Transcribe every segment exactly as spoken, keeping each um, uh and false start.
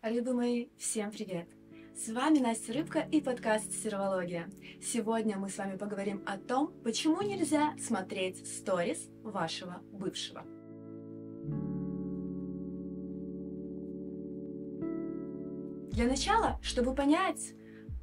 Рыбы мои, всем привет! С вами Настя Рыбка и подкаст «Сервология». Сегодня мы с вами поговорим о том, почему нельзя смотреть сторис вашего бывшего. Для начала, чтобы понять,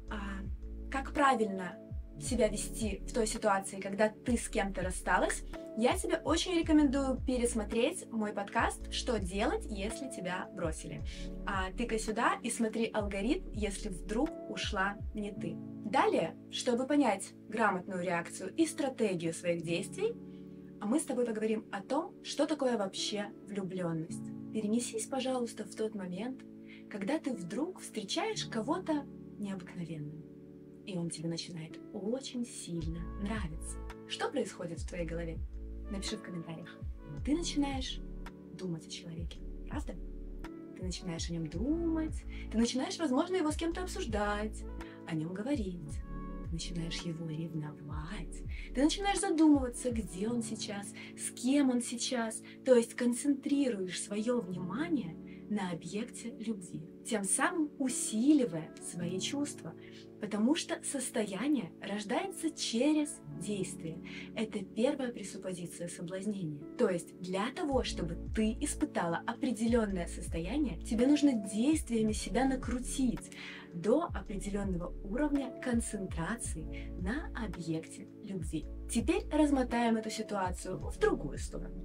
как правильно себя вести в той ситуации, когда ты с кем-то рассталась, я тебе очень рекомендую пересмотреть мой подкаст «Что делать, если тебя бросили?». А, тыкай сюда и смотри алгоритм, если вдруг ушла не ты. Далее, чтобы понять грамотную реакцию и стратегию своих действий, мы с тобой поговорим о том, что такое вообще влюбленность. Перенесись, пожалуйста, в тот момент, когда ты вдруг встречаешь кого-то необыкновенного, и он тебе начинает очень сильно нравиться. Что происходит в твоей голове? Напиши в комментариях. Ты начинаешь думать о человеке, правда? Ты начинаешь о нем думать, ты начинаешь, возможно, его с кем-то обсуждать, о нем говорить, ты начинаешь его ревновать, ты начинаешь задумываться, где он сейчас, с кем он сейчас, то есть концентрируешь свое внимание на объекте любви, тем самым усиливая свои чувства, потому что состояние рождается через действие. Это первая пресуппозиция соблазнения. То есть для того, чтобы ты испытала определенное состояние, тебе нужно действиями себя накрутить до определенного уровня концентрации на объекте любви. Теперь размотаем эту ситуацию в другую сторону.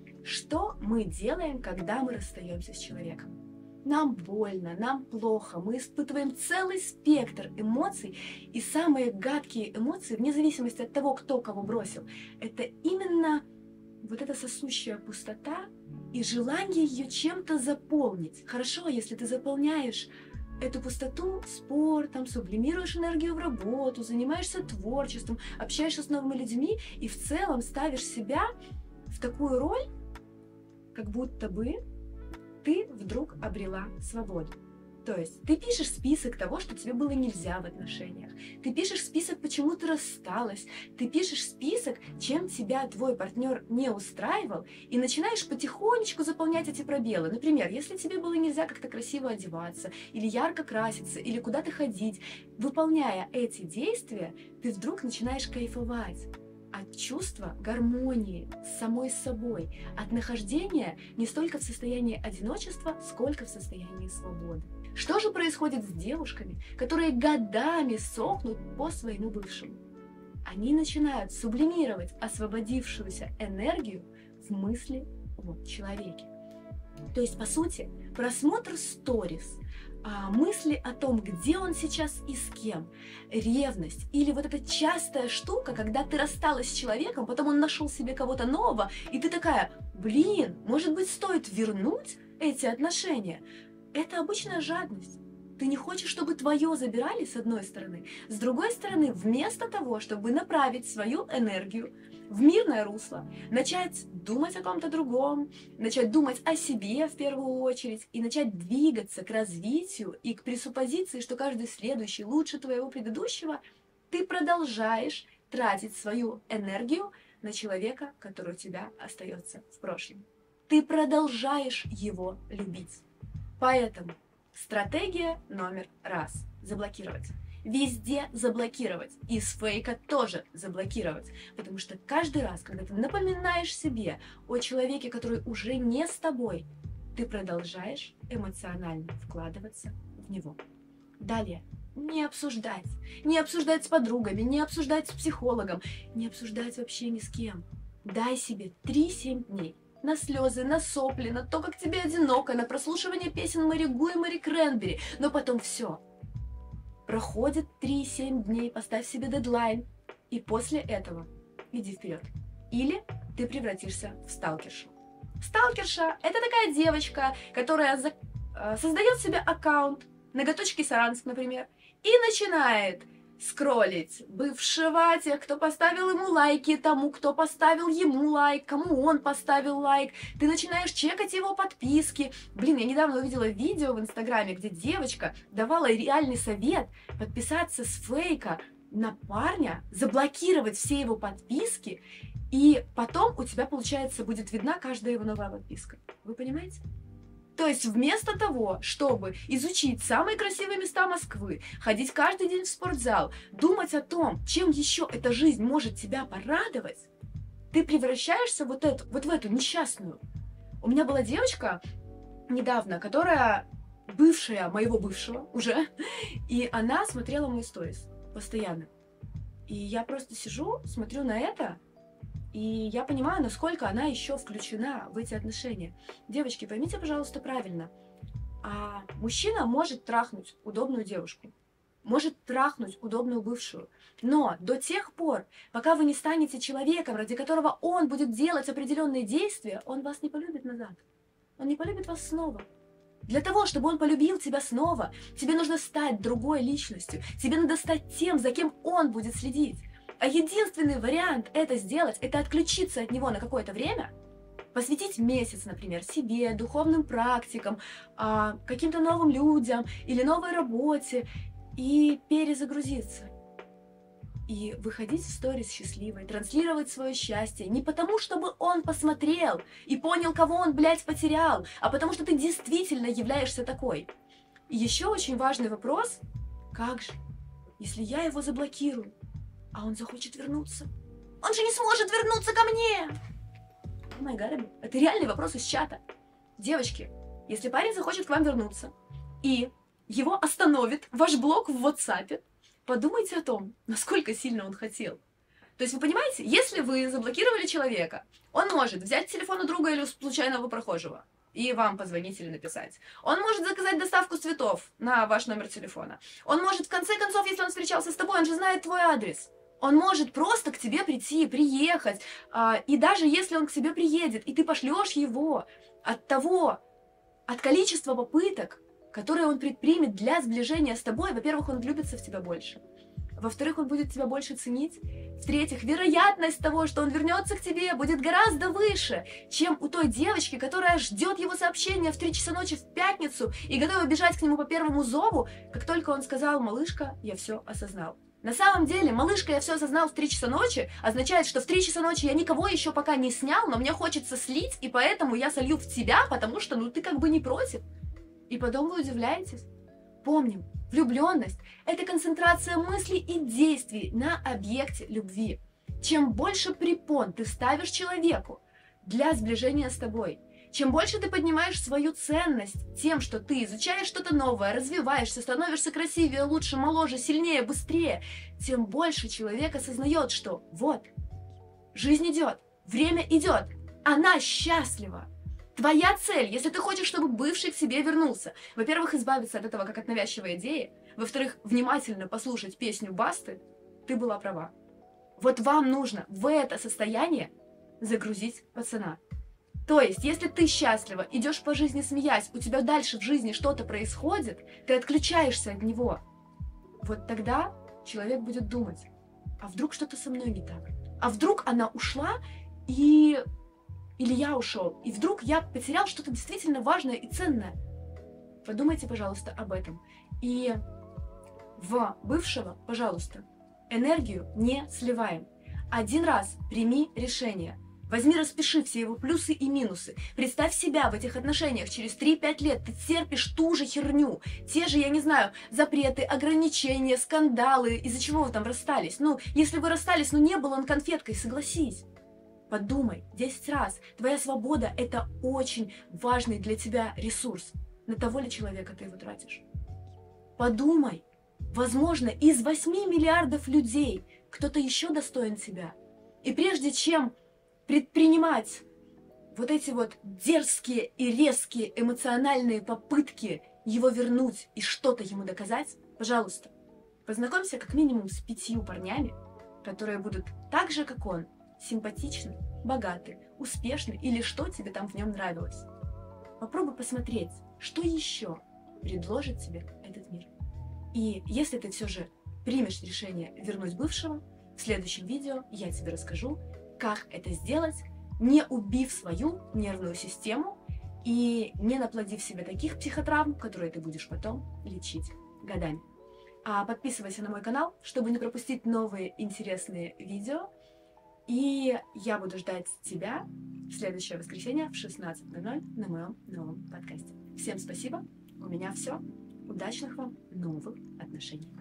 Что мы делаем, когда мы расстаемся с человеком? Нам больно, нам плохо, мы испытываем целый спектр эмоций, и самые гадкие эмоции, вне зависимости от того, кто кого бросил, это именно вот эта сосущая пустота и желание ее чем-то заполнить. Хорошо, если ты заполняешь эту пустоту спортом, сублимируешь энергию в работу, занимаешься творчеством, общаешься с новыми людьми и в целом ставишь себя в такую роль, как будто бы ты вдруг обрела свободу. То есть ты пишешь список того, что тебе было нельзя в отношениях. Ты пишешь список, почему ты рассталась. Ты пишешь список, чем тебя твой партнер не устраивал, и начинаешь потихонечку заполнять эти пробелы. Например, если тебе было нельзя как-то красиво одеваться, или ярко краситься, или куда-то ходить, выполняя эти действия, ты вдруг начинаешь кайфовать от чувства гармонии с самой собой, от нахождения не столько в состоянии одиночества, сколько в состоянии свободы. Что же происходит с девушками, которые годами сохнут по своему бывшему? Они начинают сублимировать освободившуюся энергию в мысли о человеке. То есть, по сути, просмотр сторис, А мысли о том, где он сейчас и с кем, ревность или вот эта частая штука, когда ты рассталась с человеком, потом он нашел себе кого-то нового, и ты такая, блин, может быть, стоит вернуть эти отношения? Это обычная жадность. Ты не хочешь, чтобы твое забирали, с одной стороны. С другой стороны, вместо того, чтобы направить свою энергию в мирное русло, начать думать о ком-то другом, начать думать о себе в первую очередь и начать двигаться к развитию и к пресуппозиции, что каждый следующий лучше твоего предыдущего, ты продолжаешь тратить свою энергию на человека, который у тебя остается в прошлом. Ты продолжаешь его любить. Поэтому стратегия номер раз – заблокировать. Везде заблокировать. И с фейка тоже заблокировать. Потому что каждый раз, когда ты напоминаешь себе о человеке, который уже не с тобой, ты продолжаешь эмоционально вкладываться в него. Далее. Не обсуждать. Не обсуждать с подругами, не обсуждать с психологом, не обсуждать вообще ни с кем. Дай себе три-семь дней. На слезы, на сопли, на то, как тебе одиноко, на прослушивание песен Мэри Гу и Мэри Кренбери. Но потом все. Проходит три-семь дней, поставь себе дедлайн, и после этого иди вперед. Или ты превратишься в сталкершу. Сталкерша – это такая девочка, которая за... создает себе аккаунт, ноготочки Саранск, например, и начинает скроллить бывшего, тех, кто поставил ему лайки, тому, кто поставил ему лайк, кому он поставил лайк. Ты начинаешь чекать его подписки. Блин, я недавно увидела видео в Инстаграме, где девочка давала реальный совет подписаться с фейка на парня, заблокировать все его подписки, и потом у тебя, получается, будет видна каждая его новая подписка. Вы понимаете? То есть вместо того, чтобы изучить самые красивые места Москвы, ходить каждый день в спортзал, думать о том, чем еще эта жизнь может тебя порадовать, ты превращаешься вот, эту, вот в эту несчастную. У меня была девочка недавно, которая бывшая моего бывшего уже, и она смотрела мои сторис постоянно. И я просто сижу, смотрю на это, и я понимаю, насколько она еще включена в эти отношения. Девочки, поймите, пожалуйста, правильно. А мужчина может трахнуть удобную девушку, может трахнуть удобную бывшую, но до тех пор, пока вы не станете человеком, ради которого он будет делать определенные действия, он вас не полюбит назад. Он не полюбит вас снова. Для того, чтобы он полюбил тебя снова, тебе нужно стать другой личностью. Тебе надо стать тем, за кем он будет следить. А единственный вариант это сделать, это отключиться от него на какое-то время, посвятить месяц, например, себе, духовным практикам, каким-то новым людям или новой работе и перезагрузиться. И выходить в сторис счастливой, транслировать свое счастье не потому, чтобы он посмотрел и понял, кого он, блядь, потерял, а потому что ты действительно являешься такой. И еще очень важный вопрос, как же, если я его заблокирую, а он захочет вернуться? Он же не сможет вернуться ко мне! О май гад, это реальный вопрос из чата. Девочки, если парень захочет к вам вернуться, и его остановит ваш блог в WhatsApp, подумайте о том, насколько сильно он хотел. То есть вы понимаете, если вы заблокировали человека, он может взять телефон у друга или у случайного прохожего и вам позвонить или написать. Он может заказать доставку цветов на ваш номер телефона. Он может, в конце концов, если он встречался с тобой, он же знает твой адрес. Он может просто к тебе прийти, приехать. И даже если он к тебе приедет, и ты пошлешь его от того, от количества попыток, которые он предпримет для сближения с тобой, во-первых, он влюбится в тебя больше. Во-вторых, он будет тебя больше ценить. В-третьих, вероятность того, что он вернется к тебе, будет гораздо выше, чем у той девочки, которая ждет его сообщения в три часа ночи в пятницу и готова бежать к нему по первому зову, как только он сказал: «Малышка, я все осознал». На самом деле, «малышка, я все осознал» в три часа ночи означает, что в три часа ночи я никого еще пока не снял, но мне хочется слить, и поэтому я солью в тебя, потому что, ну, ты как бы не против. И потом вы удивляетесь. Помним, влюбленность – это концентрация мыслей и действий на объекте любви. Чем больше препон ты ставишь человеку для сближения с тобой, чем больше ты поднимаешь свою ценность тем, что ты изучаешь что-то новое, развиваешься, становишься красивее, лучше, моложе, сильнее, быстрее, тем больше человек осознает, что вот, жизнь идет, время идет, она счастлива. Твоя цель, если ты хочешь, чтобы бывший к себе вернулся, во-первых, избавиться от этого как от навязчивой идеи, во-вторых, внимательно послушать песню Басты, ты была права. Вот вам нужно в это состояние загрузить пацана. То есть, если ты счастлива, идешь по жизни смеясь, у тебя дальше в жизни что-то происходит, ты отключаешься от него, вот тогда человек будет думать, а вдруг что-то со мной не так? А вдруг она ушла и... Или я ушел, и вдруг я потерял что-то действительно важное и ценное. Подумайте, пожалуйста, об этом. И в бывшего, пожалуйста, энергию не сливаем. Один раз прими решение. Возьми, распиши все его плюсы и минусы. Представь себя в этих отношениях через три-пять лет. Ты терпишь ту же херню. Те же, я не знаю, запреты, ограничения, скандалы. Из-за чего вы там расстались? Ну, если вы расстались, ну не был он конфеткой, согласись. Подумай десять раз. Твоя свобода – это очень важный для тебя ресурс. На того ли человека ты его тратишь? Подумай. Возможно, из восьми миллиардов людей кто-то еще достоин тебя. И прежде чем предпринимать вот эти вот дерзкие и резкие эмоциональные попытки его вернуть и что-то ему доказать, пожалуйста, познакомься как минимум с пятью парнями, которые будут так же, как он, симпатичны, богаты, успешны или что тебе там в нем нравилось. Попробуй посмотреть, что еще предложит тебе этот мир. И если ты все же примешь решение вернуть бывшего, в следующем видео я тебе расскажу, как это сделать, не убив свою нервную систему и не наплодив себе таких психотравм, которые ты будешь потом лечить годами. А подписывайся на мой канал, чтобы не пропустить новые интересные видео. И я буду ждать тебя в следующее воскресенье в шестнадцать ноль ноль на моем новом подкасте. Всем спасибо. У меня все. Удачных вам новых отношений.